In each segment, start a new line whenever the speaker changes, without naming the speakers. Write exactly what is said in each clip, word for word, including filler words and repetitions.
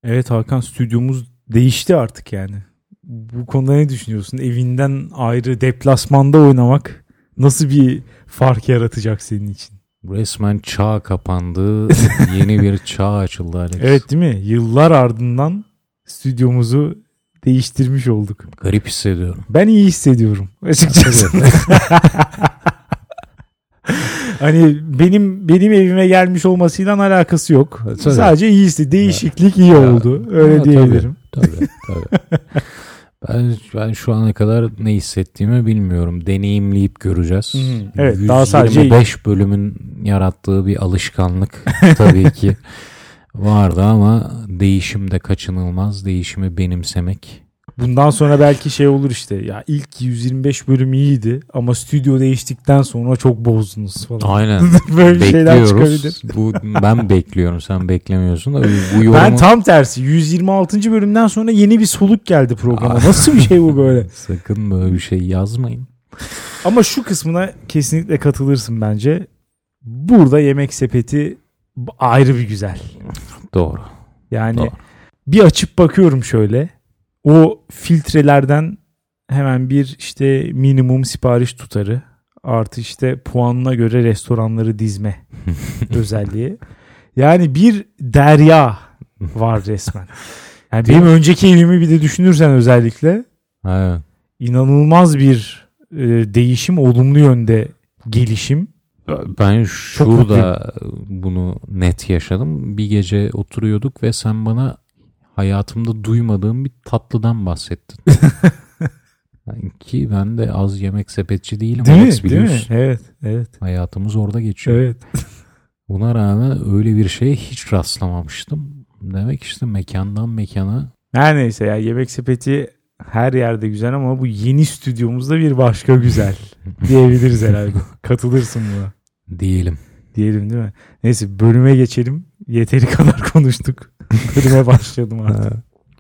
Evet Hakan, stüdyomuz değişti artık yani. Bu konuda ne düşünüyorsun? Evinden ayrı deplasmanda oynamak nasıl bir fark yaratacak senin için?
Resmen çağ kapandı. Yeni bir çağ açıldı Alex.
Evet değil mi? Yıllar ardından stüdyomuzu değiştirmiş olduk.
Garip hissediyorum.
Ben iyi hissediyorum açıkçası. Hani benim benim evime gelmiş olmasıyla alakası yok. Tabii. Sadece iyisi. Değişiklik iyi ya. oldu. Öyle ha, diyebilirim.
Tabii tabii. tabii. ben, ben şu ana kadar ne hissettiğimi bilmiyorum. Deneyimleyip göreceğiz.
Hmm, evet, daha sadece
yüz yirmi beş bölümün yarattığı bir alışkanlık tabii ki vardı ama değişim de kaçınılmaz. Değişimi benimsemek.
Bundan sonra belki şey olur işte, ya ilk yüz yirmi beş bölüm iyiydi ama stüdyo değiştikten sonra çok bozdunuz falan.
Aynen.
Böyle şeyler çıkabilir.
Bu, ben bekliyorum, sen beklemiyorsun da bu yorumu...
Ben tam tersi, yüz yirmi altıncı bölümden sonra yeni bir soluk geldi programa. Nasıl bir şey bu böyle?
Sakın böyle bir şey yazmayın.
Ama şu kısmına kesinlikle katılırsın bence. Burada Yemek Sepeti ayrı bir güzel.
Doğru.
Yani
Doğru.
Bir açıp bakıyorum şöyle. O filtrelerden hemen bir işte minimum sipariş tutarı artı işte puanına göre restoranları dizme özelliği. Yani bir derya var resmen. Yani benim önceki evimi bir de düşünürsen özellikle
evet.
inanılmaz bir e, değişim, olumlu yönde gelişim.
Ben şurada bunu net yaşadım. Bir gece oturuyorduk ve sen bana hayatımda duymadığım bir tatlıdan bahsettin. Yani ki ben de az yemek sepetçi değilim.
Değil
Alex,
mi?
biliyorsun.
Değil mi? Evet, evet.
Hayatımız orada geçiyor.
Evet.
Buna rağmen öyle bir şeye hiç rastlamamıştım. Demek işte mekandan mekana.
Her neyse ya, Yemek Sepeti her yerde güzel ama bu yeni stüdyomuzda bir başka güzel diyebiliriz herhalde. Katılırsın buna.
Diyelim.
Diyelim değil mi? Neyse, bölüme geçelim. Yeteri kadar konuştuk. Bölüme başlayalım artık.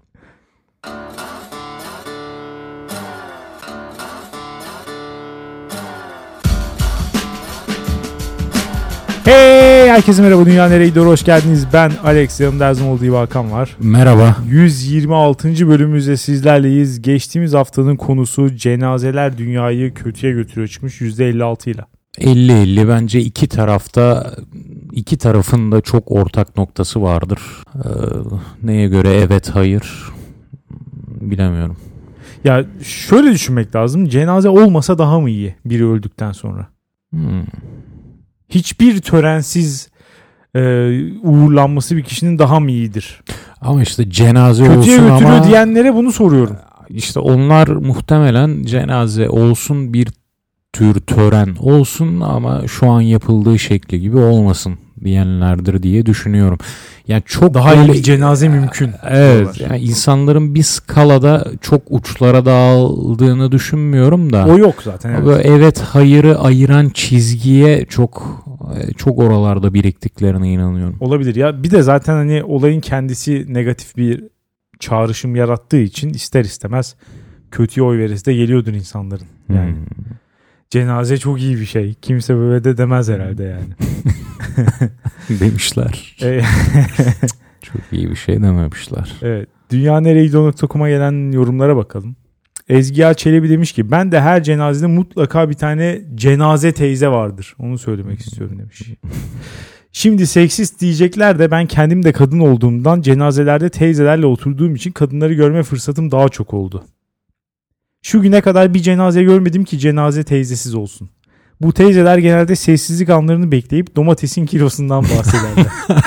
Hey, herkese merhaba. Dünya nereye gidiyor? Hoş geldiniz. Ben Alex. Yanımda her zaman olduğu gibi Hakan var.
Merhaba.
yüz yirmi altıncı bölümümüzde sizlerleyiz. Geçtiğimiz haftanın konusu cenazeler dünyayı kötüye götürüyor çıkmış yüzde elli altı ile.
elli elli bence iki tarafta, iki tarafın da çok ortak noktası vardır. Ee, neye göre evet hayır bilemiyorum.
Ya şöyle düşünmek lazım. Cenaze olmasa daha mı iyi biri öldükten sonra?
Hmm.
Hiçbir törensiz e, uğurlanması bir kişinin daha mı iyidir?
Ama işte cenaze
kötüye
olsun ama...
Kötüye götürüyor diyenlere bunu soruyorum.
İşte onlar muhtemelen cenaze olsun, bir tür tören olsun ama şu an yapıldığı şekli gibi olmasın diyenlerdir diye düşünüyorum. Yani çok
daha
böyle,
iyi bir cenaze mümkün.
Evet. Yani insanların bir skalada çok uçlara dağıldığını düşünmüyorum da.
O yok zaten. Evet,
böyle evet hayırı ayıran çizgiye çok çok oralarda biriktiklerine inanıyorum.
Olabilir ya. Bir de zaten hani olayın kendisi negatif bir çağrışım yarattığı için ister istemez kötüye oy verisi de geliyordur insanların. Yani hmm. Cenaze çok iyi bir şey. Kimse böyle de demez herhalde yani.
Demişler. Çok iyi bir şey dememişler.
Evet. dünya nereye gidiyor nokta com'a gelen yorumlara bakalım. Ezgi Çelebi demiş ki ben de her cenazede mutlaka bir tane cenaze teyze vardır. Onu söylemek istiyorum demiş. Şimdi seksist diyecekler de ben kendim de kadın olduğumdan cenazelerde teyzelerle oturduğum için kadınları görme fırsatım daha çok oldu. Şu güne kadar bir cenaze görmedim ki cenaze teyzesiz olsun. Bu teyzeler genelde sessizlik anlarını bekleyip domatesin kilosundan bahsederler.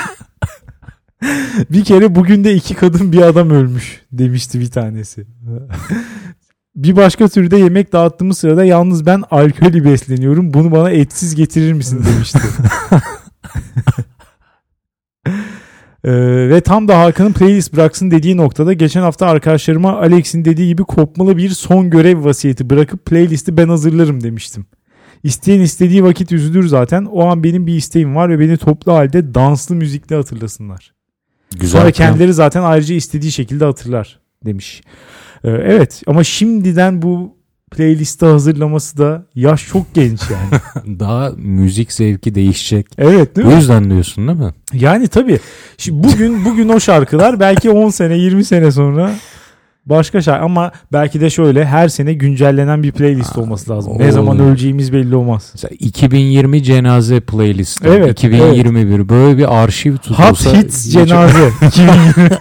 Bir kere bugün de iki kadın bir adam ölmüş demişti bir tanesi. Bir başka türde yemek dağıttığımız sırada yalnız ben alkolü besleniyorum. Bunu bana etsiz getirir misin demişti. Ee, ve tam da Hakan'ın playlist bıraksın dediği noktada geçen hafta arkadaşlarıma Alex'in dediği gibi kopmalı bir son görev vasiyeti bırakıp playlisti ben hazırlarım demiştim. İsteyen istediği vakit üzülür zaten. O an benim bir isteğim var ve beni toplu halde danslı müzikle hatırlasınlar. Güzel. Sonra kendileri zaten ayrıca istediği şekilde hatırlar demiş. Ee, evet ama şimdiden bu playlisti hazırlaması da yaş çok genç yani.
Daha müzik zevki değişecek.
Evet değil
mi?
O
yüzden diyorsun değil mi?
Yani tabii. Şimdi bugün bugün o şarkılar belki on sene yirmi sene sonra başka şarkı ama belki de şöyle her sene güncellenen bir playlist olması lazım. Ne zaman öleceğimiz belli olmaz.
Mesela iki bin yirmi cenaze playlisti.
Evet.
iki bin yirmi bir evet. Böyle bir arşiv tutulsa.
Hot Hits cenaze. iki bin yirmi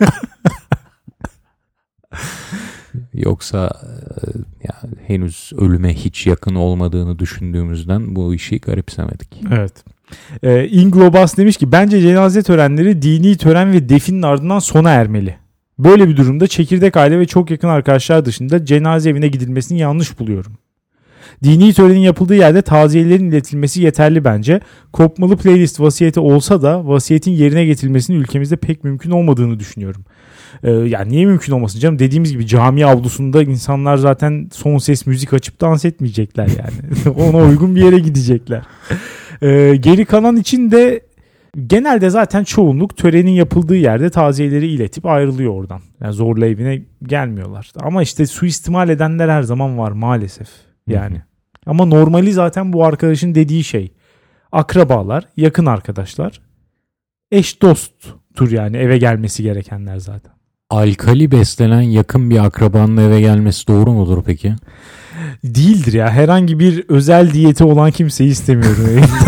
Yoksa ya, henüz ölüme hiç yakın olmadığını düşündüğümüzden bu işi garipsemedik.
Evet. Ee, Inglobas demiş ki bence cenaze törenleri dini tören ve definin ardından sona ermeli. Böyle bir durumda çekirdek aile ve çok yakın arkadaşlar dışında cenaze evine gidilmesini yanlış buluyorum. Dini törenin yapıldığı yerde taziyelerin iletilmesi yeterli bence. Kopmalı playlist vasiyeti olsa da vasiyetin yerine getirilmesinin ülkemizde pek mümkün olmadığını düşünüyorum. Ee, yani niye mümkün olmasın canım? Dediğimiz gibi cami avlusunda insanlar zaten son ses müzik açıp dans etmeyecekler yani. Ona uygun bir yere gidecekler. Ee, geri kalan için de genelde zaten çoğunluk törenin yapıldığı yerde taziyeleri iletip ayrılıyor oradan. Yani zorla evine gelmiyorlar. Ama işte suistimal edenler her zaman var maalesef. Yani. Hı hı. Ama normali zaten bu arkadaşın dediği şey. Akrabalar, yakın arkadaşlar, eş dosttur yani eve gelmesi gerekenler zaten.
Alkali beslenen yakın bir akrabanın eve gelmesi doğru mudur peki?
Değildir ya. Herhangi bir özel diyeti olan kimseyi istemiyorum.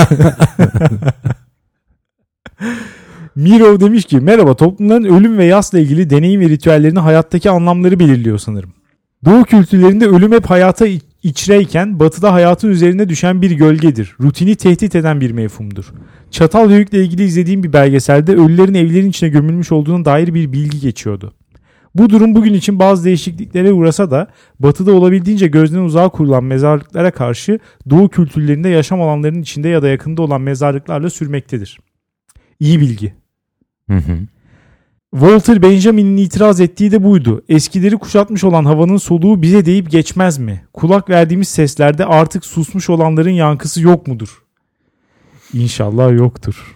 Miro demiş ki merhaba, toplumların ölüm ve yasla ilgili deneyim ve ritüellerini hayattaki anlamları belirliyor sanırım. Doğu kültürlerinde ölüm hep hayata içreyken batıda hayatın üzerine düşen bir gölgedir. Rutini tehdit eden bir mefhumdur. Çatalhöyük'le ilgili izlediğim bir belgeselde ölülerin evlerin içine gömülmüş olduğuna dair bir bilgi geçiyordu. Bu durum bugün için bazı değişikliklere uğrasa da batıda olabildiğince gözden uzağa kurulan mezarlıklara karşı Doğu kültürlerinde yaşam alanlarının içinde ya da yakında olan mezarlıklarla sürmektedir. İyi bilgi.
Hı hı.
Walter Benjamin'in itiraz ettiği de buydu. Eskileri kuşatmış olan havanın soluğu bize deyip geçmez mi? Kulak verdiğimiz seslerde artık susmuş olanların yankısı yok mudur? İnşallah yoktur.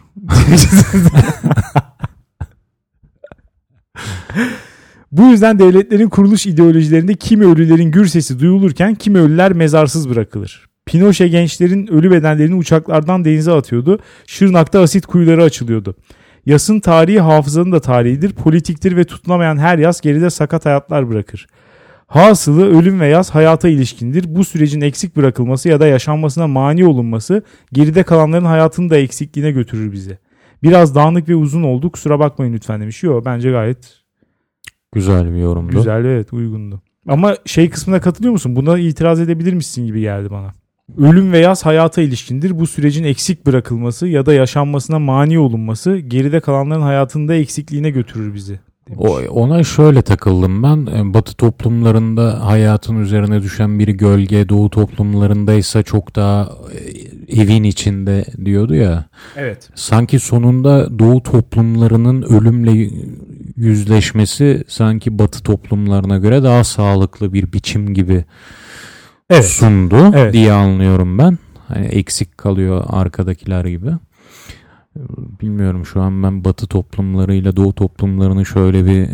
Bu yüzden devletlerin kuruluş ideolojilerinde kimi ölülerin gür sesi duyulurken kimi ölüler mezarsız bırakılır. Pinochet gençlerin ölü bedenlerini uçaklardan denize atıyordu. Şırnak'ta asit kuyuları açılıyordu. Yasın tarihi hafızanın da tarihidir, politiktir ve tutunamayan her yas geride sakat hayatlar bırakır. Hasılı ölüm ve yas hayata ilişkindir. Bu sürecin eksik bırakılması ya da yaşanmasına mani olunması geride kalanların hayatını da eksikliğine götürür bizi. Biraz dağınık ve uzun oldu, kusura bakmayın lütfen demiş. Yo, bence gayet
güzel bir yorumdu.
Güzel, evet, uygundu. Ama şey kısmına katılıyor musun? Buna itiraz edebilir misin gibi geldi bana. Ölüm ve yas hayata ilişkindir. Bu sürecin eksik bırakılması ya da yaşanmasına mani olunması geride kalanların hayatında eksikliğine götürür bizi.
O, ona şöyle takıldım ben. Batı toplumlarında hayatın üzerine düşen bir gölge, Doğu toplumlarındaysa çok daha evin içinde diyordu ya.
Evet.
Sanki sonunda Doğu toplumlarının ölümle yüzleşmesi sanki Batı toplumlarına göre daha sağlıklı bir biçim gibi evet. sundu evet. diye anlıyorum ben. Hani eksik kalıyor arkadakiler gibi. Bilmiyorum, şu an ben Batı toplumlarıyla Doğu toplumlarını şöyle bir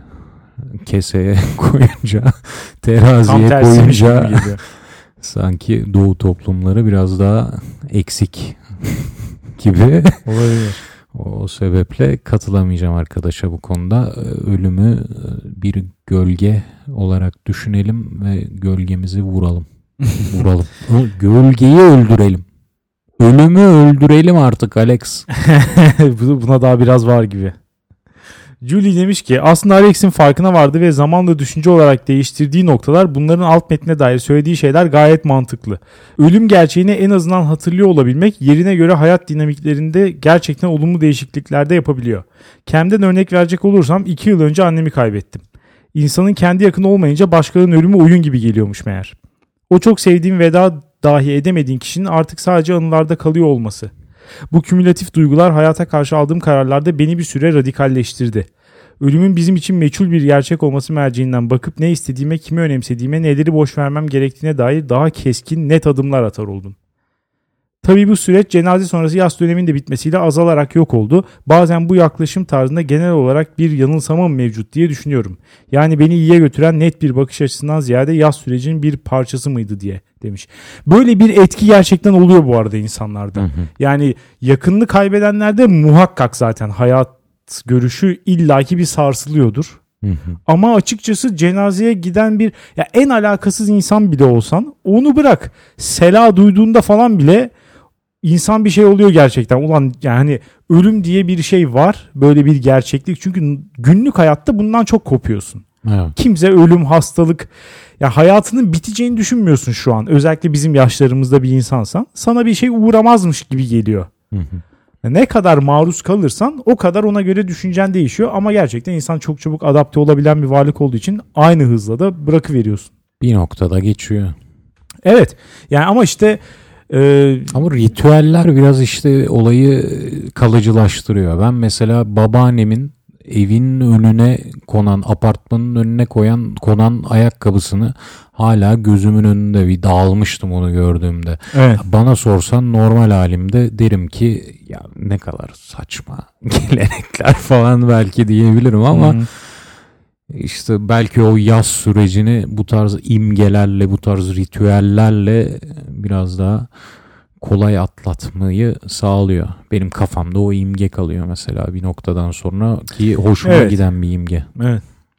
keseye koyunca, teraziye koyunca sanki Doğu toplumları biraz daha eksik gibi.
Olabilir.
O sebeple katılamayacağım arkadaşa bu konuda. Ölümü bir gölge olarak düşünelim ve gölgemizi vuralım. Vuralım. Gölgeyi öldürelim. Ölümü öldürelim artık Alex.
Buna daha biraz var gibi. Julie demiş ki aslında Alex'in farkına vardı ve zamanla düşünce olarak değiştirdiği noktalar, bunların alt metnine dair söylediği şeyler gayet mantıklı. Ölüm gerçeğini en azından hatırlıyor olabilmek yerine göre hayat dinamiklerinde gerçekten olumlu değişiklikler de yapabiliyor. Kendimden örnek verecek olursam iki yıl önce annemi kaybettim. İnsanın kendi yakını olmayınca başkalarının ölümü oyun gibi geliyormuş meğer. O çok sevdiğim veda dahi edemediğin kişinin artık sadece anılarda kalıyor olması. Bu kümülatif duygular hayata karşı aldığım kararlarda beni bir süre radikalleştirdi. Ölümün bizim için meçhul bir gerçek olması merceğinden bakıp ne istediğime, kimi önemsediğime, neleri boş vermem gerektiğine dair daha keskin, net adımlar atar oldum. Tabii bu süreç cenaze sonrası yas döneminin de bitmesiyle azalarak yok oldu. Bazen bu yaklaşım tarzında genel olarak bir yanılsama mı mevcut diye düşünüyorum. Yani beni iyiye götüren net bir bakış açısından ziyade yas sürecinin bir parçası mıydı diye demiş. Böyle bir etki gerçekten oluyor bu arada insanlarda. Hı hı. Yani yakınını kaybedenlerde muhakkak zaten hayat görüşü illaki bir sarsılıyordur. Hı hı. Ama açıkçası cenazeye giden bir ya en alakasız insan bile olsan onu bırak. Sela duyduğunda falan bile insan bir şey oluyor gerçekten. Ulan yani ölüm diye bir şey var. Böyle bir gerçeklik. Çünkü günlük hayatta bundan çok kopuyorsun. Evet. Kimse ölüm, hastalık ya hayatının biteceğini düşünmüyorsun şu an. Özellikle bizim yaşlarımızda bir insansan sana bir şey uğramazmış gibi geliyor. Hı hı. Ne kadar maruz kalırsan o kadar ona göre düşüncen değişiyor. Ama gerçekten insan çok çabuk adapte olabilen bir varlık olduğu için aynı hızla da bırakıveriyorsun.
Bir noktada geçiyor.
Evet. Yani ama işte e...
ama ritüeller biraz işte olayı kalıcılaştırıyor. Ben mesela babaannemin evin önüne konan, apartmanın önüne koyan konan ayakkabısını hala gözümün önünde bir dağılmıştım onu gördüğümde. Evet. Bana sorsan normal halimde derim ki ya ne kadar saçma gelenekler falan belki diyebilirim ama hmm. işte belki o yaz sürecini bu tarz imgelerle, bu tarz ritüellerle biraz daha kolay atlatmayı sağlıyor. Benim kafamda o imge kalıyor mesela bir noktadan sonra ki hoşuma evet. giden bir imge.
Evet.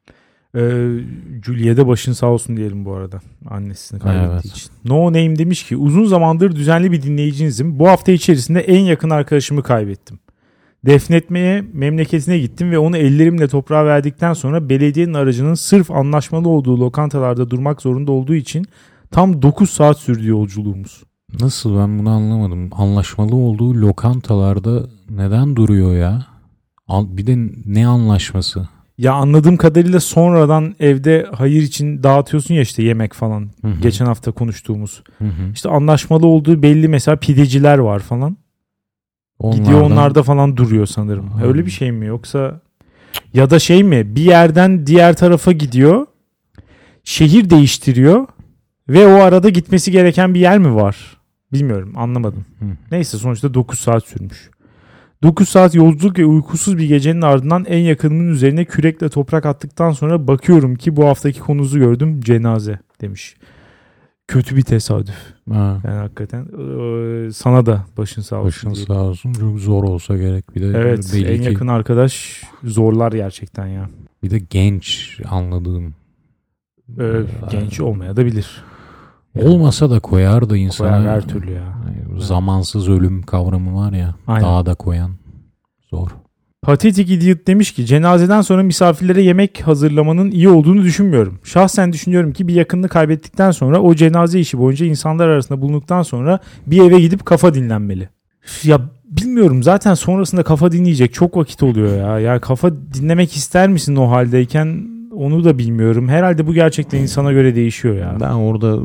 Ee, Julia'da başın sağ olsun diyelim bu arada. Annesini kaybettiği evet. için. No Name demiş ki uzun zamandır düzenli bir dinleyicinizim. Bu hafta içerisinde en yakın arkadaşımı kaybettim. Defnetmeye memleketine gittim ve onu ellerimle toprağa verdikten sonra belediyenin aracının sırf anlaşmalı olduğu lokantalarda durmak zorunda olduğu için tam dokuz saat sürdü yolculuğumuz.
Nasıl, ben bunu anlamadım. Anlaşmalı olduğu lokantalarda neden duruyor ya? Bir de ne anlaşması?
Ya anladığım kadarıyla sonradan evde hayır için dağıtıyorsun ya işte yemek falan. Hı hı. Geçen hafta konuştuğumuz. Hı hı. İşte anlaşmalı olduğu belli mesela pideciler var falan. Onlardan... Gidiyor onlarda falan duruyor sanırım. Hı. Öyle bir şey mi yoksa ya da şey mi, bir yerden diğer tarafa gidiyor. Şehir değiştiriyor ve o arada gitmesi gereken bir yer mi var? Bilmiyorum, anlamadım. Hı. Neyse sonuçta dokuz saat sürmüş. dokuz saat yolculuk ve uykusuz bir gecenin ardından en yakınımın üzerine kürekle toprak attıktan sonra bakıyorum ki bu haftaki konunuzu gördüm, cenaze demiş. Kötü bir tesadüf. Ha. Yani hakikaten e, sana da başın sağ olsun.
Başın sağ olsun. Çok zor olsa gerek bir de.
Evet, belli en ki... yakın arkadaş zorlar gerçekten ya.
Bir de genç anladığım.
Ee, genç olmaya da bilir.
Yani, olmasa da koyar da insana.
Koyar her türlü ya.
Yani, zamansız ölüm kavramı var ya. Aynen. Daha da koyan. Zor.
Patetik Idiot demiş ki cenazeden sonra misafirlere yemek hazırlamanın iyi olduğunu düşünmüyorum. Şahsen düşünüyorum ki bir yakınını kaybettikten sonra o cenaze işi boyunca insanlar arasında bulunduktan sonra bir eve gidip kafa dinlenmeli. Ya bilmiyorum, zaten sonrasında kafa dinleyecek çok vakit oluyor ya. Ya kafa dinlemek ister misin o haldeyken, onu da bilmiyorum. Herhalde bu gerçekten insana göre değişiyor ya.
Ben orada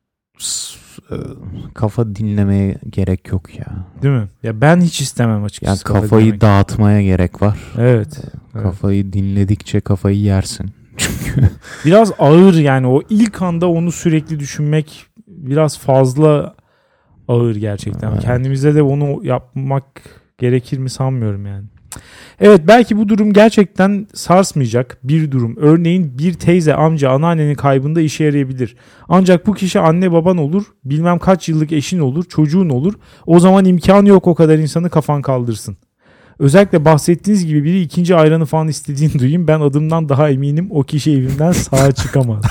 kafa dinlemeye gerek yok ya.
Değil mi? Ya ben hiç istemem açıkçası.
Yani kafa kafayı dinlemek. Dağıtmaya gerek var.
Evet.
Kafayı evet. dinledikçe kafayı yersin. Çünkü
biraz ağır yani, o ilk anda onu sürekli düşünmek biraz fazla ağır gerçekten. Evet. Kendimize de onu yapmak gerekir mi sanmıyorum yani. Evet, belki bu durum gerçekten sarsmayacak bir durum. Örneğin bir teyze, amca, anneannenin kaybında işe yarayabilir. Ancak bu kişi anne baban olur, bilmem kaç yıllık eşin olur, çocuğun olur. O zaman imkanı yok o kadar insanı kafan kaldırsın. Özellikle bahsettiğiniz gibi biri ikinci ayranı falan istediğini duyayım. Ben adımdan daha eminim o kişi evimden sağa çıkamaz.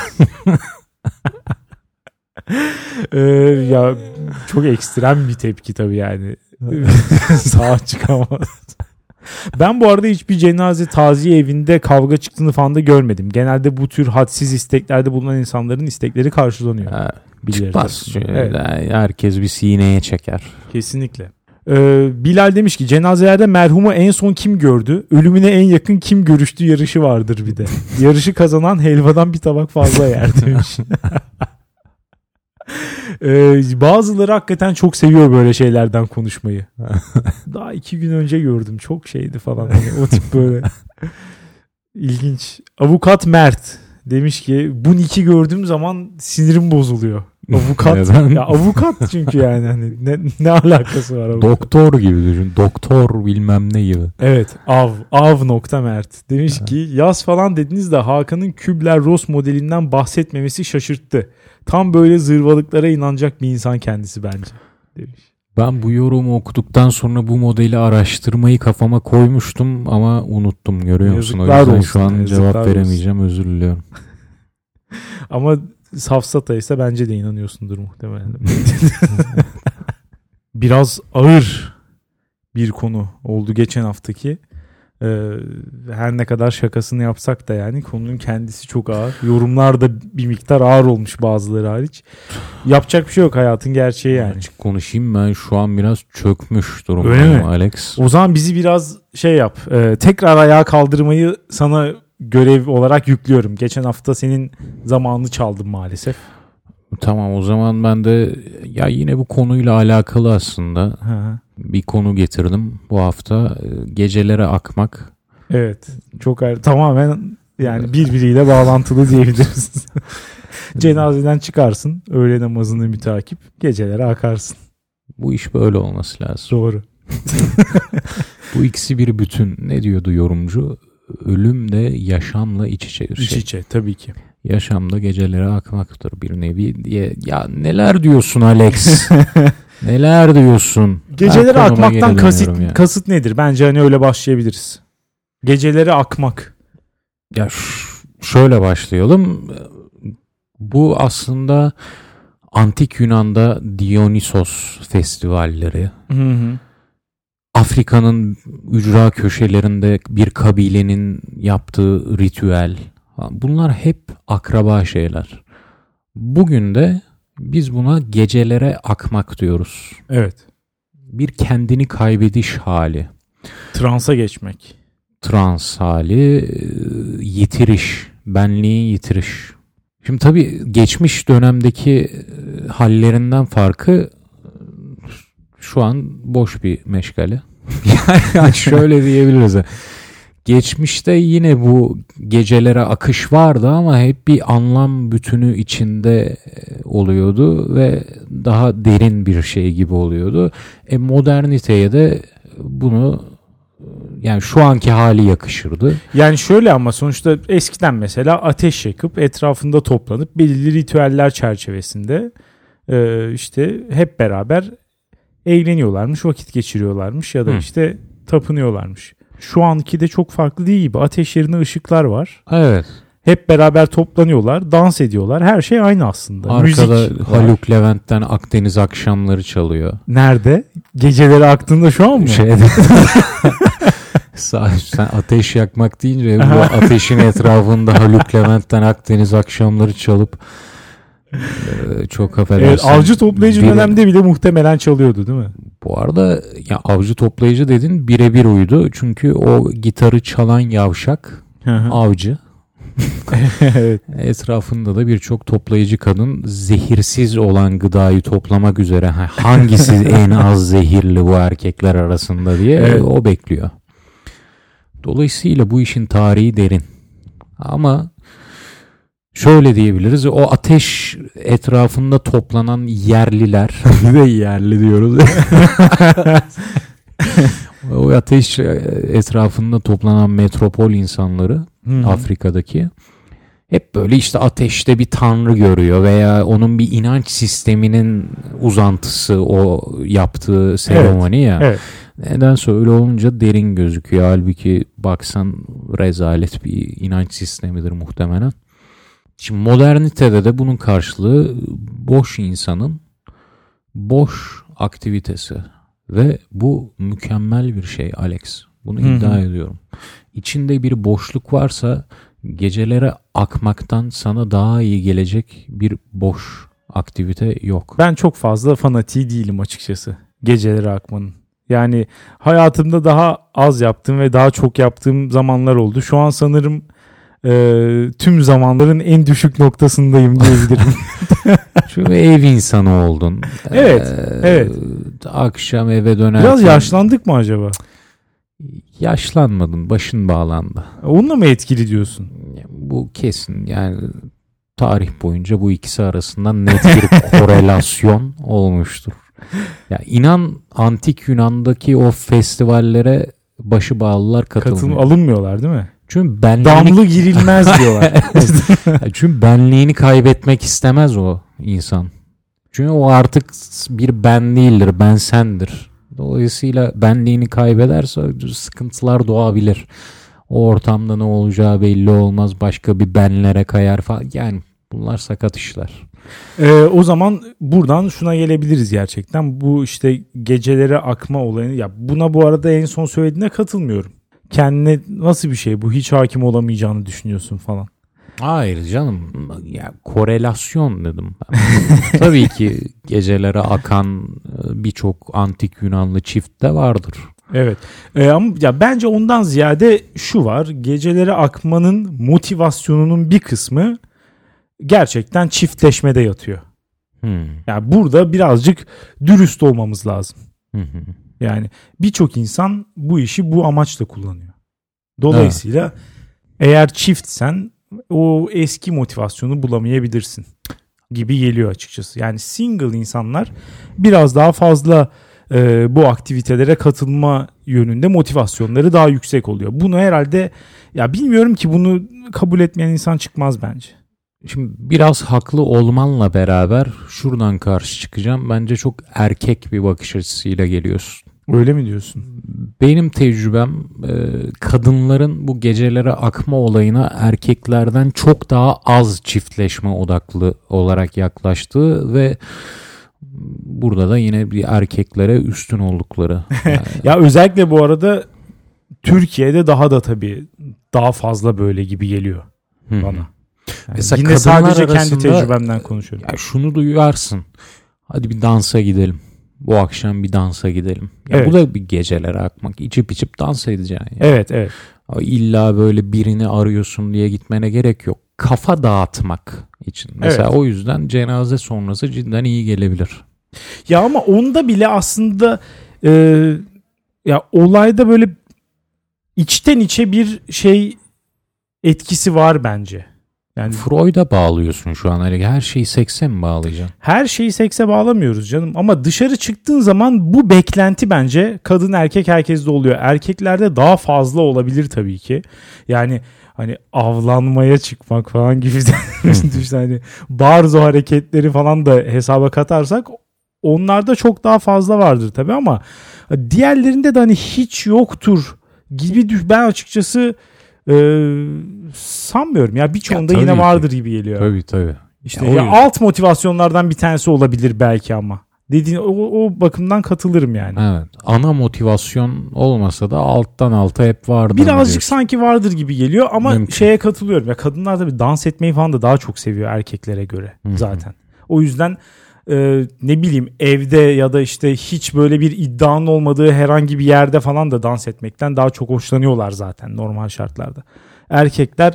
ee, ya çok ekstrem bir tepki tabii yani. Sağa çıkamaz. Ben bu arada hiçbir cenaze taziye evinde kavga çıktığını falan da görmedim. Genelde bu tür hadsiz isteklerde bulunan insanların istekleri karşılanıyor.
Ha, çıkmaz. Evet. Herkes bir sineye çeker.
Kesinlikle. Ee, Bilal demiş ki cenazelerde merhumu en son kim gördü? Ölümüne en yakın kim görüştü yarışı vardır bir de. Yarışı kazanan helvadan bir tabak fazla yer demiş. Ee, bazıları hakikaten çok seviyor böyle şeylerden konuşmayı. Daha iki gün önce gördüm, çok şeydi falan. Yani o tip böyle ilginç. Avukat Mert demiş ki bu Nick'i gördüğüm zaman sinirim bozuluyor. Avukat.
Neden?
Ya avukat çünkü yani hani ne, ne alakası var avukat?
Doktor gibi düşün. Doktor bilmem ne gibi.
Evet, av av nokta mert demiş ki yaz falan dediniz de Hakan'ın Kübler-Ross modelinden bahsetmemesi şaşırttı. Tam böyle zırvalıklara inanacak bir insan kendisi bence demiş.
Ben bu yorumu okuduktan sonra bu modeli araştırmayı kafama koymuştum ama unuttum, görüyor musun?
Yazıklar
O yüzden
olsun,
şu an
yazıklar
cevap
olsun.
veremeyeceğim, özür diliyorum.
Ama safsata ise bence de inanıyorsundur muhtemelen. Biraz ağır bir konu oldu geçen haftaki. Ee, her ne kadar şakasını yapsak da yani konunun kendisi çok ağır. Yorumlar da bir miktar ağır olmuş bazıları hariç. Yapacak bir şey yok, hayatın gerçeği yani.
Açık konuşayım, ben şu an biraz çökmüş
Öyle mi?
durumdayım Alex.
O zaman bizi biraz şey yap. E, tekrar ayağa kaldırmayı sana görev olarak yüklüyorum. Geçen hafta senin zamanını çaldım maalesef.
Tamam, o zaman ben de ya yine bu konuyla alakalı aslında
Hı.
bir konu getirdim bu hafta. Gecelere akmak.
Evet. Çok ayrı. Tamamen yani birbiriyle bağlantılı diyebiliriz. Cenazeden çıkarsın. Öğle namazını mütakip. Gecelere akarsın.
Bu iş böyle olması lazım.
Doğru.
Bu ikisi bir bütün. Ne diyordu yorumcu? Ölüm de yaşamla iç içe bir şey.
İç içe tabii ki.
Yaşamda gecelere akmaktır bir nevi diye. Ya neler diyorsun Alex? Neler diyorsun?
Gecelere
Ben konuma
akmaktan
geri
kasıt,
dönüyorum ya.
kasıt nedir? Bence hani öyle başlayabiliriz. Gecelere akmak.
Ya ş- şöyle başlayalım. Bu aslında Antik Yunan'da Dionysos festivalleri.
Hı hı.
Afrika'nın ücra köşelerinde bir kabilenin yaptığı ritüel. Bunlar hep akraba şeyler. Bugün de biz buna gecelere akmak diyoruz.
Evet.
Bir kendini kaybediş hali.
Transa geçmek.
Trans hali, yitiriş, benliği yitiriş. Şimdi tabii geçmiş dönemdeki hallerinden farkı şu an boş bir meşgale. Yani şöyle diyebiliriz. Geçmişte yine bu gecelere akış vardı ama hep bir anlam bütünü içinde oluyordu ve daha derin bir şey gibi oluyordu. E moderniteye de bunu, yani şu anki hali yakışırdı.
Yani şöyle, ama sonuçta eskiden mesela ateş yakıp etrafında toplanıp belirli ritüeller çerçevesinde e, işte hep beraber eğleniyorlarmış, vakit geçiriyorlarmış ya da
Hı.
işte tapınıyorlarmış. Şu anki de çok farklı değil gibi. Ateş yerine ışıklar var.
Evet.
Hep beraber toplanıyorlar, dans ediyorlar. Her şey aynı aslında.
Arkada
Müzik var.
Haluk Levent'ten Akdeniz akşamları çalıyor.
Nerede? Geceleri aktığında şu an mı?
Şeyde Sa- sen ateş yakmak deyince bu ateşin etrafında Haluk Levent'ten Akdeniz akşamları çalıp e, çok affedersin.
Evet, avcı toplayıcı
bire-
dönemde bile muhtemelen çalıyordu değil mi?
Bu arada ya avcı toplayıcı dedin, birebir uydu. Çünkü o gitarı çalan yavşak avcı.
Evet.
Etrafında da birçok toplayıcı kadın zehirsiz olan gıdayı toplamak üzere ha, hangisi en az zehirli bu erkekler arasında diye
Evet.
o bekliyor. Dolayısıyla bu işin tarihi derin. Ama şöyle diyebiliriz, o ateş etrafında toplanan yerliler, bir de yerli diyoruz. O ateş etrafında toplanan metropol insanları,
Hı-hı.
Afrika'daki, hep böyle işte ateşte bir tanrı görüyor veya onun bir inanç sisteminin uzantısı o yaptığı seremoni
Evet,
ya.
evet.
Nedense öyle olunca derin gözüküyor. Halbuki baksan rezalet bir inanç sistemidir muhtemelen. Şimdi modernitede de bunun karşılığı boş insanın boş aktivitesi. Ve bu mükemmel bir şey Alex. Bunu
Hı-hı.
iddia ediyorum. İçinde bir boşluk varsa gecelere akmaktan sana daha iyi gelecek bir boş aktivite yok.
Ben çok fazla fanatiği değilim açıkçası geceleri akmanın. Yani hayatımda daha az yaptığım ve daha çok yaptığım zamanlar oldu. Şu an sanırım e, tüm zamanların en düşük noktasındayım diyebilirim.
Çünkü ev insanı oldun.
Evet,
Ee,
evet.
Akşam eve dönerken...
Biraz yaşlandık mı acaba?
Yaşlanmadın, başın bağlandı.
Onunla mı etkili diyorsun?
Bu kesin yani. tarih boyunca bu ikisi arasında net bir korelasyon olmuştur. Ya inan antik Yunan'daki o festivallere başı bağlılar katılmıyor.
Katılım alınmıyorlar değil mi?
Çünkü benliğini...
Damlı girilmez diyorlar.
Çünkü benliğini kaybetmek istemez o insan. Çünkü o artık bir ben değildir, ben sendir. Dolayısıyla benliğini kaybederse sıkıntılar doğabilir. O ortamda ne olacağı belli olmaz. Başka bir benlere kayar falan. Yani bunlar sakat işler.
Ee, o zaman buradan şuna gelebiliriz gerçekten. Bu işte gecelere akma olayını. Ya buna bu arada en son söylediğine katılmıyorum. Kendine nasıl bir şey bu? Hiç hakim olamayacağını düşünüyorsun falan.
Hayır canım. Ya korelasyon dedim ben. Tabii ki gecelere akan birçok antik Yunanlı çift de vardır.
Evet. Ee, ama ya bence ondan ziyade şu var. Gecelere akmanın motivasyonunun bir kısmı gerçekten çiftleşmede yatıyor.
Hmm.
Yani burada birazcık dürüst olmamız lazım.
Hı hı.
Yani birçok insan bu işi bu amaçla kullanıyor. Dolayısıyla evet. Eğer çiftsen o eski motivasyonu bulamayabilirsin gibi geliyor açıkçası. Yani single insanlar biraz daha fazla e, bu aktivitelere katılma yönünde motivasyonları daha yüksek oluyor. Bunu herhalde ya bilmiyorum ki bunu kabul etmeyen insan çıkmaz bence.
Şimdi biraz haklı olmanla beraber şuradan karşı çıkacağım. Bence çok erkek bir bakış açısıyla geliyorsun.
Öyle mi diyorsun?
Benim tecrübem kadınların bu gecelere akma olayına erkeklerden çok daha az çiftleşme odaklı olarak yaklaştığı ve burada da yine bir erkeklere üstün oldukları.
Ya özellikle bu arada Türkiye'de daha da tabii daha fazla böyle gibi geliyor bana. Yani
mesela
yine sadece kendi
arasında,
tecrübemden konuşuyorum.
Ya şunu duyarsın. Hadi bir dansa gidelim. Bu akşam bir dansa gidelim. Ya
evet.
Bu da bir gecelere akmak. İçip içip dans edeceksin. Yani.
Evet, evet.
İlla böyle birini arıyorsun diye gitmene gerek yok. Kafa dağıtmak için. Mesela evet. O yüzden cenaze sonrası cidden iyi gelebilir.
Ya ama onda bile aslında e, ya olayda böyle içten içe bir şey etkisi var bence. Yani
Freud'a bağlıyorsun şu an. Her şeyi sekse mi bağlayacaksın?
Her şeyi sekse bağlamıyoruz canım. Ama dışarı çıktığın zaman bu beklenti bence kadın erkek herkeste oluyor. Erkeklerde daha fazla olabilir tabii ki. Yani hani avlanmaya çıkmak falan gibi düşün. Hani barzo hareketleri falan da hesaba katarsak onlarda çok daha fazla vardır tabii ama diğerlerinde de hani hiç yoktur gibi ben açıkçası Ee, sanmıyorum ya birçoğunda ya, yine vardır
ki.
Gibi geliyor.
Tabii tabii.
İşte ya, ya alt motivasyonlardan bir tanesi olabilir belki ama. Dediğin o, o bakımdan katılırım yani.
Evet. Ana motivasyon olmasa da alttan alta hep vardır.
Birazcık sanki vardır gibi geliyor ama Mümkün. Şeye katılıyorum. Ya kadınlar tabii dans etmeyi falan da daha çok seviyor erkeklere göre Hı-hı. zaten. O yüzden e, ne bileyim evde ya da işte hiç böyle bir iddianın olmadığı herhangi bir yerde falan da dans etmekten daha çok hoşlanıyorlar zaten normal şartlarda. Erkekler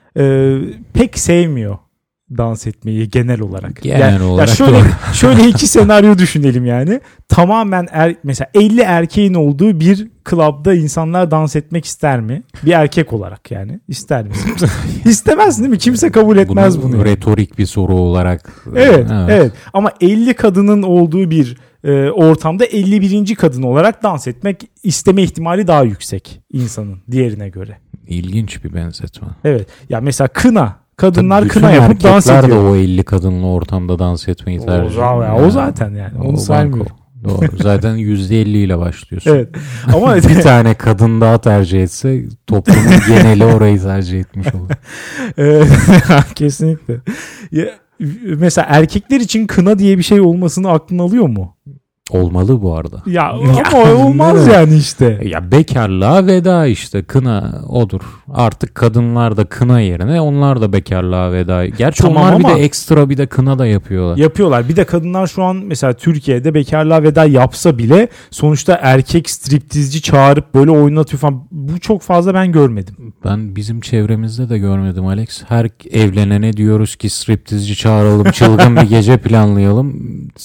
e, pek sevmiyor dans etmeyi genel olarak.
Genel
yani,
olarak.
Ya şöyle şöyle iki senaryo düşünelim yani. Tamamen er, mesela elli erkeğin olduğu bir klapta insanlar dans etmek ister mi? Bir erkek olarak yani. İster misin? İstemez değil mi? Kimse kabul etmez bunu.
Bunu retorik bir soru olarak.
Evet, evet. evet. Ama elli kadının olduğu bir e, ortamda elli birinci kadın olarak dans etmek isteme ihtimali daha yüksek insanın diğerine göre.
İlginç bir benzetme.
Evet. Ya mesela kına Kadınlar
Tabii
kına yapıp dans ediyor.
Erkekler de o elli kadınla ortamda dans etmeyi tercih ediyor.
O, yani. o zaten yani. Onu saymıyorum.
Doğru. Zaten yüzde elli ile başlıyorsun.
Evet. Ama
bir tane kadın daha tercih etse toplumun geneli orayı tercih etmiş olur.
Evet. Kesinlikle. Ya, mesela erkekler için kına diye bir şey olmasını aklın alıyor mu?
Olmalı bu arada.
Ya ama olmaz yani işte.
Ya bekarlığa veda işte. Kına odur. Artık kadınlar da kına yerine onlar da bekarlığa veda. Gerçi tamam onlar bir de ekstra bir de kına da yapıyorlar.
Yapıyorlar. Bir de kadınlar şu an mesela Türkiye'de bekarlığa veda yapsa bile sonuçta erkek striptizci çağırıp böyle oynatıyor falan. Bu çok fazla ben görmedim.
Ben bizim çevremizde de görmedim Alex. Her evlenene diyoruz ki striptizci çağıralım, çılgın bir gece planlayalım.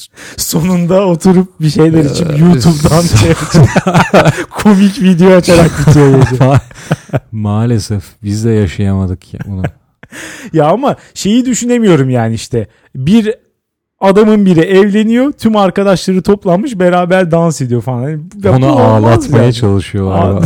Sonunda oturup bir şeyler için YouTube'dan komik video açarak bitiyor gece.
Maalesef biz de yaşayamadık ya bunu.
Ya ama şeyi düşünemiyorum yani işte. Bir adamın biri evleniyor. Tüm arkadaşları toplanmış beraber dans ediyor falan. Yani,
onu ağlatmaya yani. çalışıyorlar.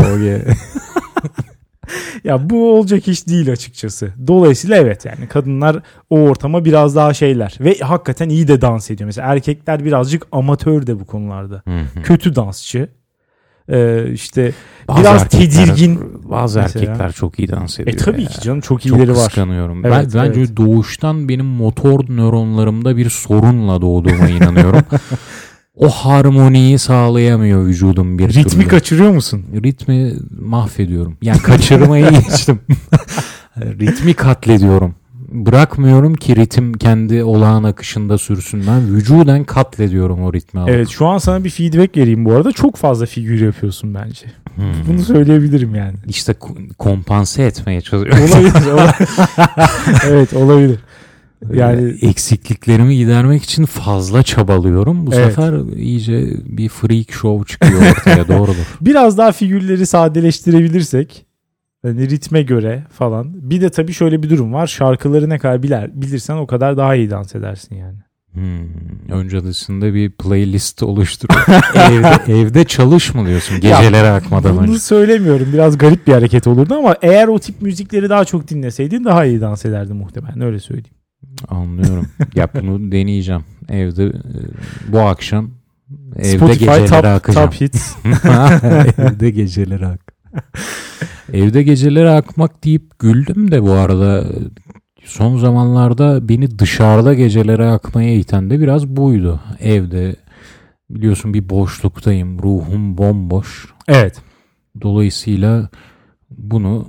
Ya bu olacak iş değil açıkçası. Dolayısıyla evet yani kadınlar o ortama biraz daha şeyler. Ve hakikaten iyi de dans ediyor. Mesela erkekler birazcık amatör de bu konularda.
Hı-hı.
Kötü dansçı. Ee, işte
bazı
biraz
erkekler,
tedirgin.
Bazı mesela. Erkekler çok iyi dans ediyor.
E tabii
ya.
ki canım çok iyileri
çok
var.
Çok kıskanıyorum.
Evet,
ben, bence
evet.
doğuştan benim motor nöronlarımda bir sorunla doğduğuma inanıyorum. O harmoniyi sağlayamıyor vücudum bir
Ritmi
türlü.
Ritmi kaçırıyor musun?
Ritmi mahvediyorum. Yani kaçırmayı geçtim. Ritmi katlediyorum. Bırakmıyorum ki ritim kendi olağan akışında sürsün. Ben vücuden katlediyorum o ritmi alıp.
Evet şu an sana bir feedback vereyim bu arada. Çok fazla figür yapıyorsun bence. Hmm. Bunu söyleyebilirim yani.
İşte kompanse etmeye çalışıyorum.
Olabilir. olabilir. Evet olabilir. Yani
eksikliklerimi gidermek için fazla çabalıyorum. Bu evet. sefer iyice bir freak show çıkıyor ortaya. Doğrudur.
Biraz daha figürleri sadeleştirebilirsek hani ritme göre falan. Bir de tabii şöyle bir durum var. Şarkıları ne kadar bilir, bilirsen o kadar daha iyi dans edersin yani.
Hmm, öncesinde bir playlist oluştur. evde, evde çalış mı diyorsun gecelere akmadan
bunu
önce?
Bunu söylemiyorum. Biraz garip bir hareket olurdu ama eğer o tip müzikleri daha çok dinleseydin daha iyi dans ederdin muhtemelen. Öyle söyleyeyim.
Anlıyorum. Ya bunu deneyeceğim. Evde bu akşam evde
Spotify
gecelere
top,
akacağım.
Top hits.
Evde gecelere ak. Evde gecelere akmak deyip güldüm de bu arada son zamanlarda beni dışarıda gecelere akmaya iten de biraz buydu. Evde biliyorsun bir boşluktayım. Ruhum bomboş.
Evet.
Dolayısıyla bunu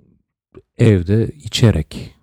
evde içerek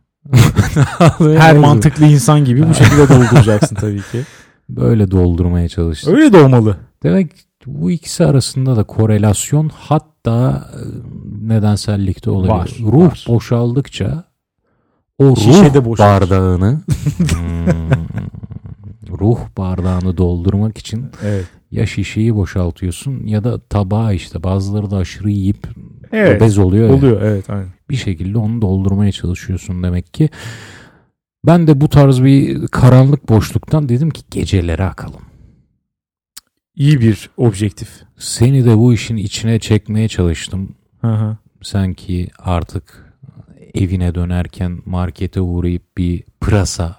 her mantıklı insan gibi bu şekilde dolduracaksın tabii ki.
Böyle doldurmaya çalıştım.
Öyle de olmalı.
Demek bu ikisi arasında da korelasyon hatta nedensellikte olabilir.
Var,
ruh
var.
boşaldıkça o
şişede
ruh bardağını hmm, ruh bardağını doldurmak için
evet.
ya şişeyi boşaltıyorsun ya da tabağı işte bazıları da aşırı yiyip
evet.
obez oluyor.
Oluyor ya. Evet aynen.
Bir şekilde onu doldurmaya çalışıyorsun demek ki. Ben de bu tarz bir karanlık boşluktan dedim ki gecelere akalım.
İyi bir objektif.
Seni de bu işin içine çekmeye çalıştım.
Hı hı.
Sanki artık evine dönerken markete uğrayıp bir pırasa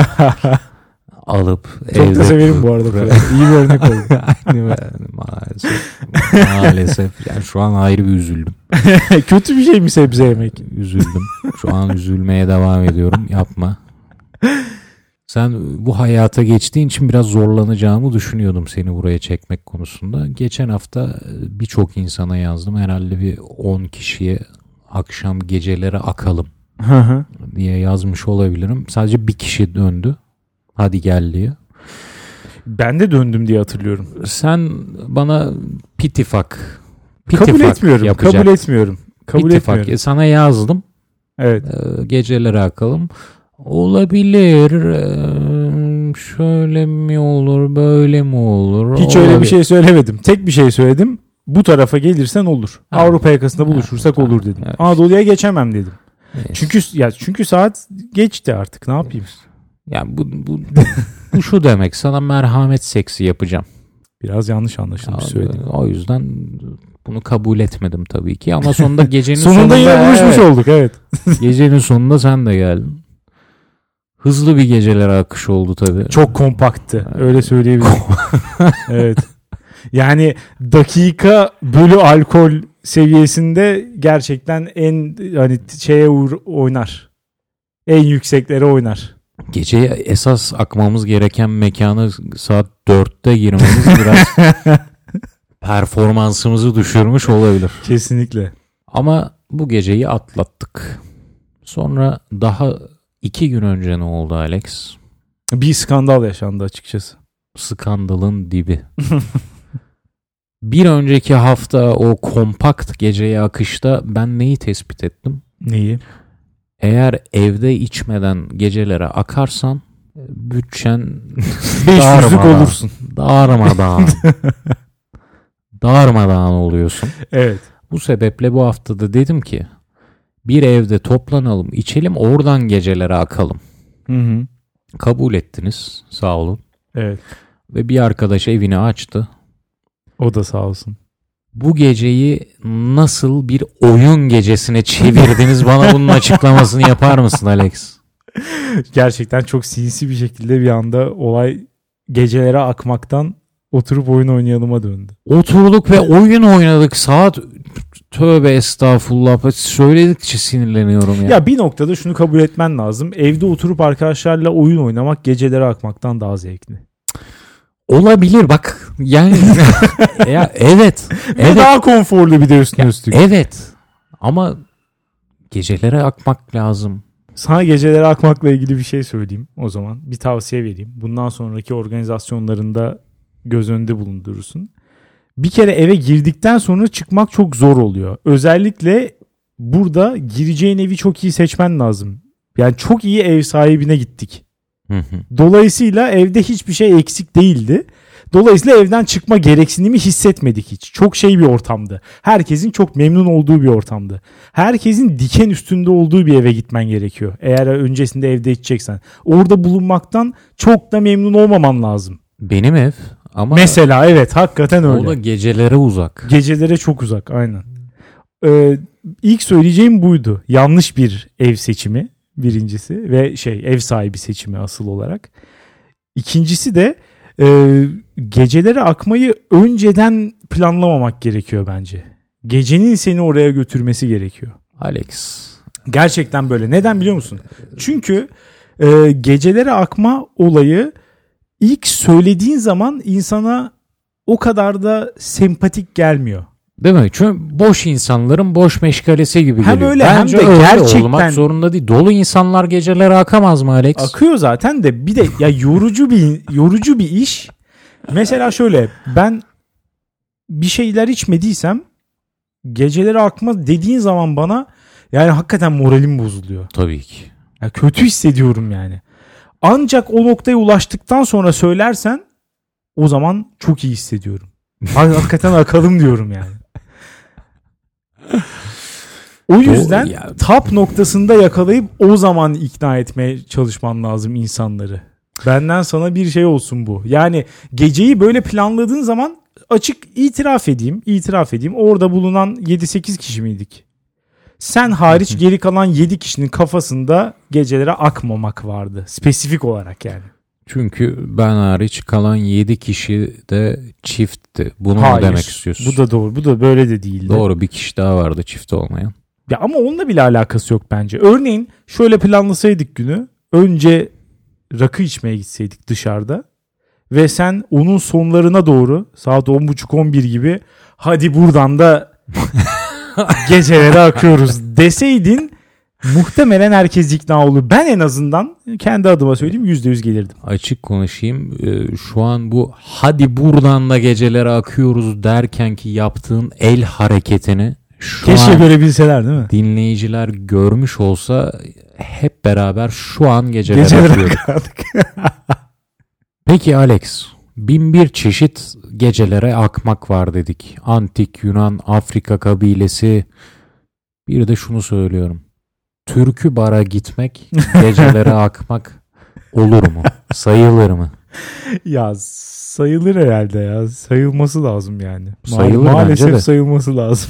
alıp
çok evde... da severim bu arada. İyi bir örnek oldu.
maalesef. Maalesef. Yani şu an ayrı bir üzüldüm.
Kötü bir şey mi sebze yemek?
Üzüldüm. Şu an üzülmeye devam ediyorum. Yapma. Sen bu hayata geçtiğin için biraz zorlanacağımı düşünüyordum seni buraya çekmek konusunda. Geçen hafta birçok insana yazdım. Herhalde bir on kişiye akşam gecelere akalım diye yazmış olabilirim. Sadece bir kişi döndü. Hadi gel diye.
Ben de döndüm diye hatırlıyorum.
Sen bana pitifak,
pitifak kabul etmiyorum. Yapacak. Kabul etmiyorum. Kabul
pitifak.
etmiyorum.
Sana yazdım.
Evet.
Gecelere akalım. Olabilir. Şöyle mi olur, böyle mi olur?
Hiç
olabilir.
Öyle bir şey söylemedim. Tek bir şey söyledim. Bu tarafa gelirsen olur. Ha. Avrupa yakasında buluşursak ha. olur dedim. Ha. Anadolu'ya geçemem dedim. Evet. Çünkü ya çünkü saat geçti artık. Ne yapayım?
Yani bu bu bu şu demek. Sana merhamet seksi yapacağım.
Biraz yanlış anlaşılmış söyledim.
O yüzden bunu kabul etmedim tabii ki ama sonunda gecenin
sonunda,
sonunda
yine buluşmuş evet. olduk evet.
Gecenin sonunda sen de geldin. Hızlı bir geceler akış oldu tabii.
Çok kompakttı. Öyle söyleyebilirim. Evet. Yani dakika bölü alkol seviyesinde gerçekten en hani şeye oynar. En yükseklere oynar.
Geceye esas akmamız gereken mekana saat dörtte girmemiz biraz performansımızı düşürmüş olabilir.
Kesinlikle.
Ama bu geceyi atlattık. Sonra daha iki gün önce ne oldu Alex?
Bir skandal yaşandı açıkçası.
Skandalın dibi. Bir önceki hafta o kompakt geceye akışta ben neyi tespit ettim?
Neyi?
Eğer evde içmeden gecelere akarsan bütçen
beş yüzlük olursun.
Darmadağın. Darmadağın oluyorsun.
Evet.
Bu sebeple bu haftada dedim ki Bir evde toplanalım, içelim, oradan gecelere akalım.
Hı hı.
Kabul ettiniz, sağ olun.
Evet.
Ve bir arkadaş evini açtı.
O da sağ olsun.
Bu geceyi nasıl bir oyun gecesine çevirdiniz? Bana bunun açıklamasını yapar mısın Alex?
Gerçekten çok sinsi bir şekilde bir anda olay gecelere akmaktan oturup oyun oynayalıma döndü.
Oturduk ve oyun oynadık. Saat tövbe estağfurullah. Söyledikçe sinirleniyorum ya.
Ya bir noktada şunu kabul etmen lazım. Evde oturup arkadaşlarla oyun oynamak gecelere akmaktan daha zevkli.
Olabilir bak. Yani ya evet.
Ve
evet.
daha konforlu bir de üstüne
Ya,
üstlük.
evet. Ama gecelere akmak lazım.
Sana gecelere akmakla ilgili bir şey söyleyeyim o zaman. Bir tavsiye vereyim. Bundan sonraki organizasyonlarında göz önünde bulundurursun. Bir kere eve girdikten sonra çıkmak çok zor oluyor. Özellikle burada gireceğin evi çok iyi seçmen lazım. Yani çok iyi ev sahibine gittik.
Hı hı.
Dolayısıyla evde hiçbir şey eksik değildi. Dolayısıyla evden çıkma gereksinimi hissetmedik hiç. Çok şey bir ortamdı. Herkesin çok memnun olduğu bir ortamdı. Herkesin diken üstünde olduğu bir eve gitmen gerekiyor. Eğer öncesinde evde içeceksen. Orada bulunmaktan çok da memnun olmaman lazım.
Benim ev ama
Mesela evet hakikaten öyle.
o da gecelere uzak.
Gecelere çok uzak aynen. Ee, ilk söyleyeceğim buydu. Yanlış bir ev seçimi birincisi ve şey ev sahibi seçimi asıl olarak. İkincisi de e, gecelere akmayı önceden planlamamak gerekiyor bence. Gecenin seni oraya götürmesi gerekiyor.
Alex.
Gerçekten böyle. Neden biliyor musun? Çünkü e, gecelere akma olayı ilk söylediğin zaman insana o kadar da sempatik gelmiyor.
Değil mi? Çünkü boş insanların boş meşgalesi gibi
Hem
geliyor.
öyle
Bence
hem de
öyle
gerçekten
olmak zorunda değil. Dolu insanlar gecelere akamaz mı Alex?
akıyor zaten de bir de ya yorucu bir yorucu bir iş. Mesela şöyle ben bir şeyler içmediysem geceleri akma dediğin zaman bana yani hakikaten moralim bozuluyor.
Tabii ki.
Ya kötü hissediyorum yani. Ancak o noktaya ulaştıktan sonra söylersen o zaman çok iyi hissediyorum. Hakikaten akalım diyorum yani. O yüzden
ya.
tap noktasında yakalayıp o zaman ikna etmeye çalışman lazım insanları. Benden sana bir şey olsun bu. Yani geceyi böyle planladığın zaman açık itiraf edeyim, itiraf edeyim. Orada bulunan yedi sekiz kişi miydik? Sen hariç geri kalan yedi kişinin kafasında gecelere akmamak vardı. Spesifik olarak yani.
Çünkü ben hariç kalan yedi kişi de çiftti. Bunu mu
Hayır,
demek istiyorsun?
bu da doğru. Bu da böyle de değildi.
Doğru, bir kişi daha vardı çift olmayan.
Ya ama onunla bile alakası yok bence. Örneğin şöyle planlasaydık günü. Önce rakı içmeye gitseydik dışarıda. Ve sen onun sonlarına doğru saat on buçuk on bir gibi hadi buradan da gecelere akıyoruz deseydin muhtemelen herkes ikna olur. Ben en azından kendi adıma söyleyeyim yüzde yüz gelirdim.
Açık konuşayım. Ee, şu an bu hadi buradan da gecelere akıyoruz derken ki yaptığın el hareketini şu
Keşke
an
görebilseler değil mi?
dinleyiciler görmüş olsa hep beraber şu an gecelere
Gecelere
akıyoruz.
akardık.
Peki Alex, bin bir çeşit gecelere akmak var dedik. Antik Yunan, Afrika kabilesi. Bir de şunu söylüyorum. Türkü bara gitmek, gecelere akmak olur mu? Sayılır mı?
Ya sayılır herhalde ya. Sayılması lazım yani. Ma-
Sayılır
Maalesef
bence de.
sayılması lazım.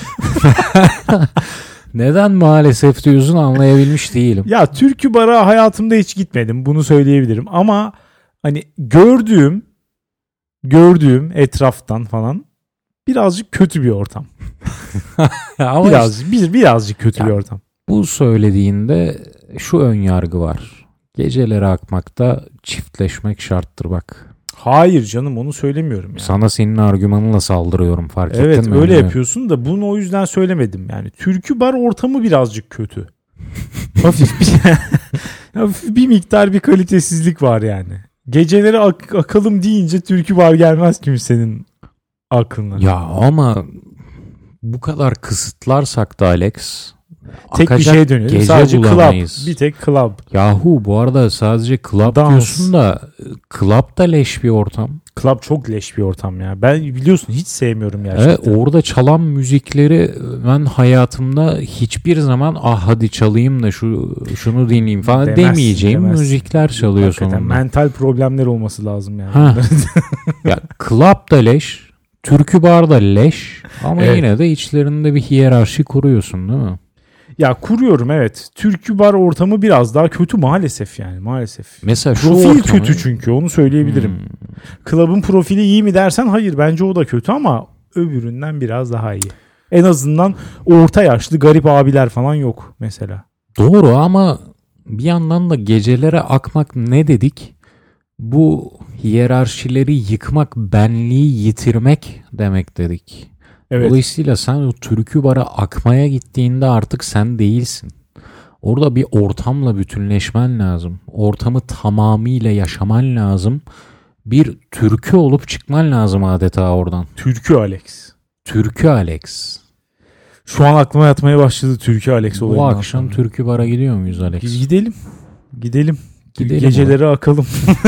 Neden maalesef diyorsun anlayabilmiş değilim.
Ya türkü bara hayatımda hiç gitmedim. Bunu söyleyebilirim. Ama hani gördüğüm gördüğüm etraftan falan birazcık kötü bir ortam.
Ama
Biraz, bir, birazcık kötü
Ya,
bir ortam.
bu söylediğinde şu ön yargı var. Gecelere akmakta çiftleşmek şarttır bak.
Hayır canım onu söylemiyorum yani.
Sana senin argümanınla saldırıyorum, fark ettin mi?
Evet öyle
Bilmiyorum.
yapıyorsun da bunu o yüzden söylemedim yani. Türkü bar ortamı birazcık kötü. Hafif bir, hafif bir miktar bir kalitesizlik var yani. Geceleri ak- akalım deyince türkü bar gelmez kimsenin aklına.
Ya ama bu kadar kısıtlarsak da Alex,
Tek bir
akacak
şeye dönüyor.
gece
Sadece
bulamayız.
club. Bir tek club.
Yahu bu arada sadece club
Dans.
diyorsun da club da leş bir ortam.
Club çok leş bir ortam ya. Ben biliyorsun hiç sevmiyorum gerçekten.
Evet, orada çalan müzikleri ben hayatımda hiçbir zaman ah hadi çalayım da şu şunu dinleyeyim falan
Demezsin,
demeyeceğim
demezsin.
müzikler çalıyor
Hakikaten
sonunda.
mental problemler olması lazım yani.
Ha. Ya club da leş, türkü bar da leş ama
Evet.
yine de içlerinde bir hiyerarşi kuruyorsun değil mi?
Ya kuruyorum evet. Türkü bar ortamı biraz daha kötü maalesef yani maalesef.
Mesela şu
Profil
ortamı...
kötü çünkü onu söyleyebilirim.
Hmm.
Club'ın profili iyi mi dersen hayır bence o da kötü ama öbüründen biraz daha iyi. En azından orta yaşlı garip abiler falan yok mesela.
Doğru ama bir yandan da gecelere akmak ne dedik? Bu hiyerarşileri yıkmak, benliği yitirmek demek dedik.
Evet.
Dolayısıyla sen o türkü bara akmaya gittiğinde artık sen değilsin. Orada bir ortamla bütünleşmen lazım. Ortamı tamamıyla yaşaman lazım. Bir türkü olup çıkman lazım adeta oradan.
Türkü Alex.
Türkü Alex.
Şu an aklıma yatmaya başladı Türkü Alex olayından.
Bu akşam
sonra.
türkü bara gidiyor muyuz Alex?
Biz gidelim. Gidelim.
Gidelim
Geceleri akalım.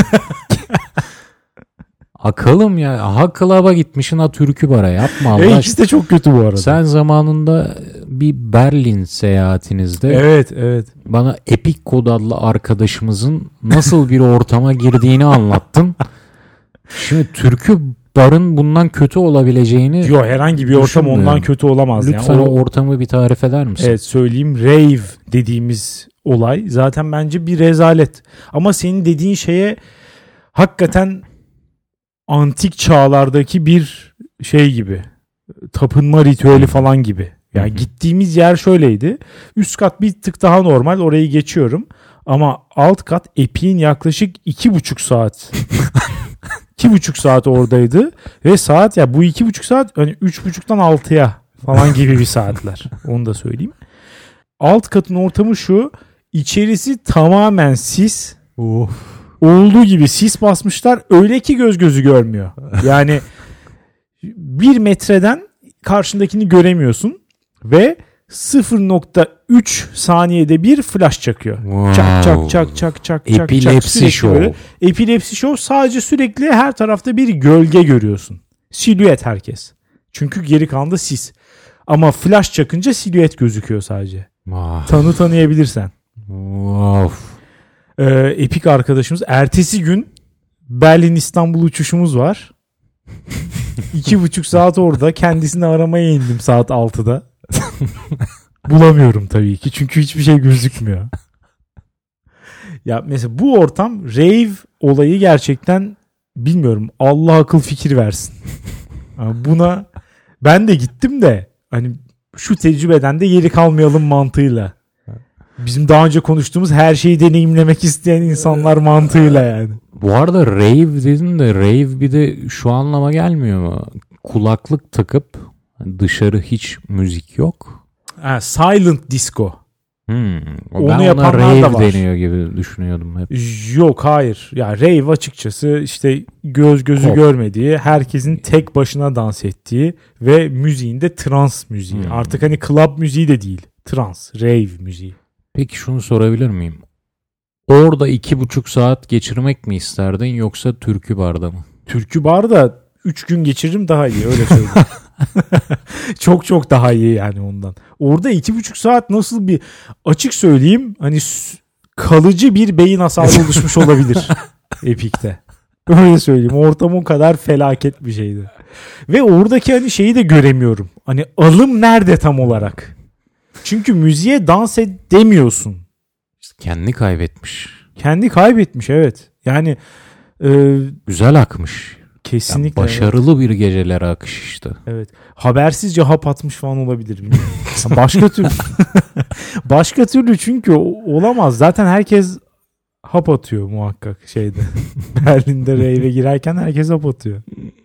Akalım ya. Ha club'a gitmişsin ha türkü bara yapma Allah
e,
aşkına.
ikisi de çok kötü bu arada.
Sen zamanında bir Berlin seyahatinizde
Evet evet.
bana Epic Kod adlı arkadaşımızın nasıl bir ortama girdiğini anlattın. Şimdi türkü barın bundan kötü olabileceğini
Yok herhangi bir ortam ondan kötü olamaz.
Lütfen
yani.
o ortamı bir tarif eder misin?
Evet söyleyeyim, rave dediğimiz olay zaten bence bir rezalet. Ama senin dediğin şeye hakikaten antik çağlardaki bir şey gibi, tapınma ritüeli falan gibi. Yani
Hı hı.
gittiğimiz yer şöyleydi. Üst kat bir tık daha normal, orayı geçiyorum. Ama alt kat Epic'in yaklaşık iki buçuk saat iki buçuk saat oradaydı. Ve saat ya bu iki buçuk saat hani üç buçuktan altıya falan gibi bir saatler. Onu da söyleyeyim. Alt katın ortamı şu. İçerisi tamamen sis.
Of.
Olduğu gibi sis basmışlar. Öyle ki göz gözü görmüyor. Yani bir metreden karşındakini göremiyorsun. Ve sıfır nokta üç saniyede bir flash çakıyor.
Wow.
Çak çak çak çak çak çak.
Epilepsi show.
Epilepsi show, sadece sürekli her tarafta bir gölge görüyorsun. Silüet herkes. Çünkü geri kalanında sis. Ama flash çakınca silüet gözüküyor sadece.
Ah.
Tanı tanıyabilirsen.
Wow.
Ee, Epik arkadaşımız. Ertesi gün Berlin İstanbul uçuşumuz var. İki buçuk saat orada. Kendisini aramaya indim saat altıda. Bulamıyorum tabii ki. Çünkü hiçbir şey gözükmüyor. Ya mesela bu ortam, rave olayı gerçekten bilmiyorum. Allah akıl fikir versin. Yani buna ben de gittim de hani şu tecrübeden de geri kalmayalım mantığıyla. Bizim daha önce konuştuğumuz her şeyi deneyimlemek isteyen insanlar mantığıyla yani.
Bu arada rave dedin de rave bir de şu anlama gelmiyor mu? Kulaklık takıp dışarı hiç müzik yok.
Ha, silent disco.
Hmm.
Onu
Ben ona
yapanlar
rave
da var.
deniyor gibi düşünüyordum hep.
Yok hayır. Ya rave açıkçası işte göz gözü
Pop.
görmediği, herkesin tek başına dans ettiği ve müziğinde trans müziği.
Hmm.
Artık hani club müziği de değil. Trans, rave müziği.
Peki şunu sorabilir miyim? Orada iki buçuk saat geçirmek mi isterdin yoksa türkü barda mı?
Türkü barda üç gün geçiririm, daha iyi öyle söyleyeyim. Çok çok daha iyi yani ondan. Orada iki buçuk saat nasıl bir, açık söyleyeyim hani kalıcı bir beyin hasarı oluşmuş olabilir Epic'te. Öyle söyleyeyim. Ortam o kadar felaket bir şeydi. Ve oradaki hani şeyi de göremiyorum. Hani alım nerede tam olarak? Çünkü müziğe dans edemiyorsun.
İşte kendini kaybetmiş.
Kendi kaybetmiş evet. Yani e,
Güzel akmış.
kesinlikle.
Yani başarılı bir gecelere akış işte.
Evet. Habersizce hap atmış falan olabilir. Bilmiyorum. Başka türlü. Başka türlü çünkü olamaz. Zaten herkes hap atıyor muhakkak şeyde. Berlin'de rave'e girerken herkes hap atıyor.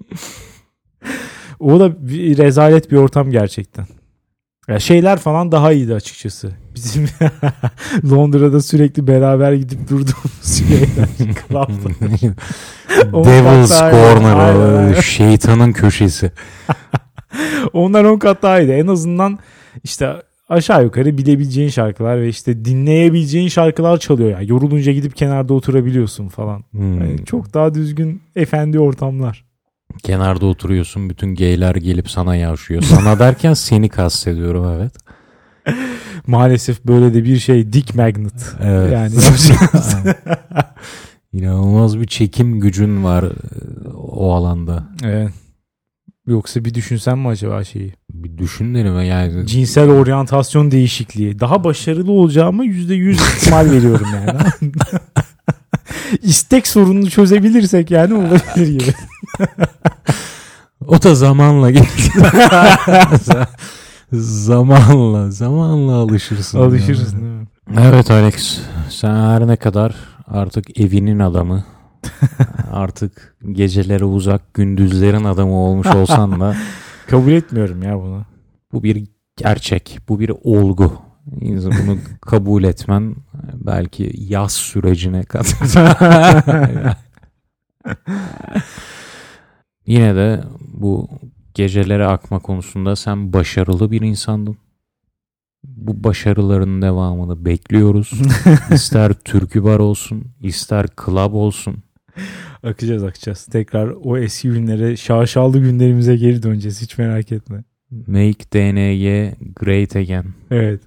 O da bir rezalet bir ortam gerçekten. Ya şeyler falan daha iyiydi açıkçası. Bizim Londra'da sürekli beraber gidip durduğumuz şeyler.
Devil's Corner,
aynen, aynen.
şeytanın köşesi.
Onlar on kat daha iyiydi. En azından işte aşağı yukarı bilebileceğin şarkılar ve işte dinleyebileceğin şarkılar çalıyor ya. Yorulunca gidip kenarda oturabiliyorsun falan.
Hmm.
Yani çok daha düzgün efendi ortamlar.
Kenarda oturuyorsun, bütün geyler gelip sana yavşıyor. Sana derken seni kastediyorum, evet.
Maalesef böyle de bir şey, dick magnet.
Evet.
Yani
İnanılmaz bir çekim gücün var o alanda.
evet. Yoksa bir düşünsen mi acaba şeyi?
Bir düşün derim yani.
Cinsel oryantasyon değişikliği. Daha başarılı olacağıma yüzde yüz ihtimal veriyorum yani. İstek sorununu çözebilirsek yani olabilir gibi.
O da zamanla gelir. zamanla, zamanla alışırsın.
Alışırsın
yani.
değil mi?
Evet Alex, sen her ne kadar artık evinin adamı, artık geceleri uzak, gündüzlerin adamı olmuş olsan da
kabul etmiyorum ya bunu.
bu bir gerçek, bu bir olgu. Bunu kabul etmen belki yaz sürecine kadar. Yine de bu gecelere akma konusunda sen başarılı bir insandın. Bu başarıların devamını bekliyoruz. İster türkü bar olsun, ister club olsun.
Akacağız akacağız. Tekrar o eski günlere, şaşalı günlerimize geri döneceğiz. Hiç merak etme.
Make D N G great again.
Evet.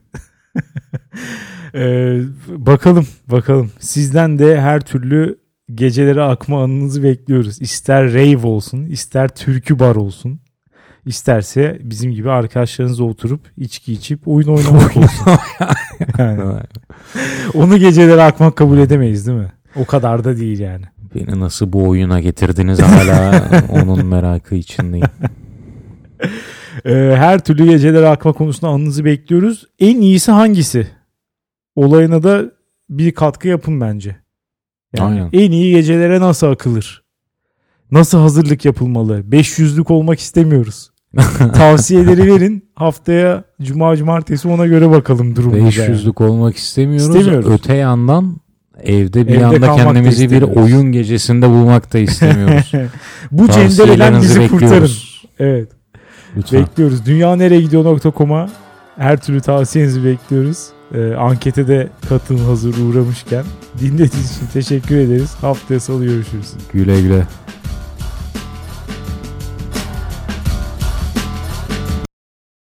ee, bakalım bakalım. Sizden de her türlü gecelere akma anınızı bekliyoruz. İster rave olsun, ister türkü bar olsun. İsterse bizim gibi arkadaşlarınızla oturup içki içip oyun oynamak olsun. Yani. Onu gecelere akmak kabul edemeyiz değil mi? O kadar da değil yani.
Beni nasıl bu oyuna getirdiniz hala onun merakı içindeyim.
Her türlü gecelere akma konusunda anınızı bekliyoruz. En iyisi hangisi? Olayına da bir katkı yapın bence. Yani
aynen.
En iyi gecelere nasıl akılır? Nasıl hazırlık yapılmalı? beş yüzlük olmak istemiyoruz. Tavsiyeleri verin. Haftaya cuma cumartesi ona göre bakalım durumumuza.
beş yüzlük yani. Olmak istemiyoruz.
İstemiyoruz.
Öte yandan evde bir
Evde
anda kendimizi bir oyun gecesinde bulmak da istemiyoruz.
Bu cendereden bizi
bekliyoruz.
kurtarın. Evet.
Lütfen.
Bekliyoruz. Dünya nereye gidiyor nokta com'a her türlü tavsiyenizi bekliyoruz. Ee, ankete de katılın hazır uğramışken. Dinlediğiniz için teşekkür ederiz. Haftaya salı görüşürüz.
Güle güle.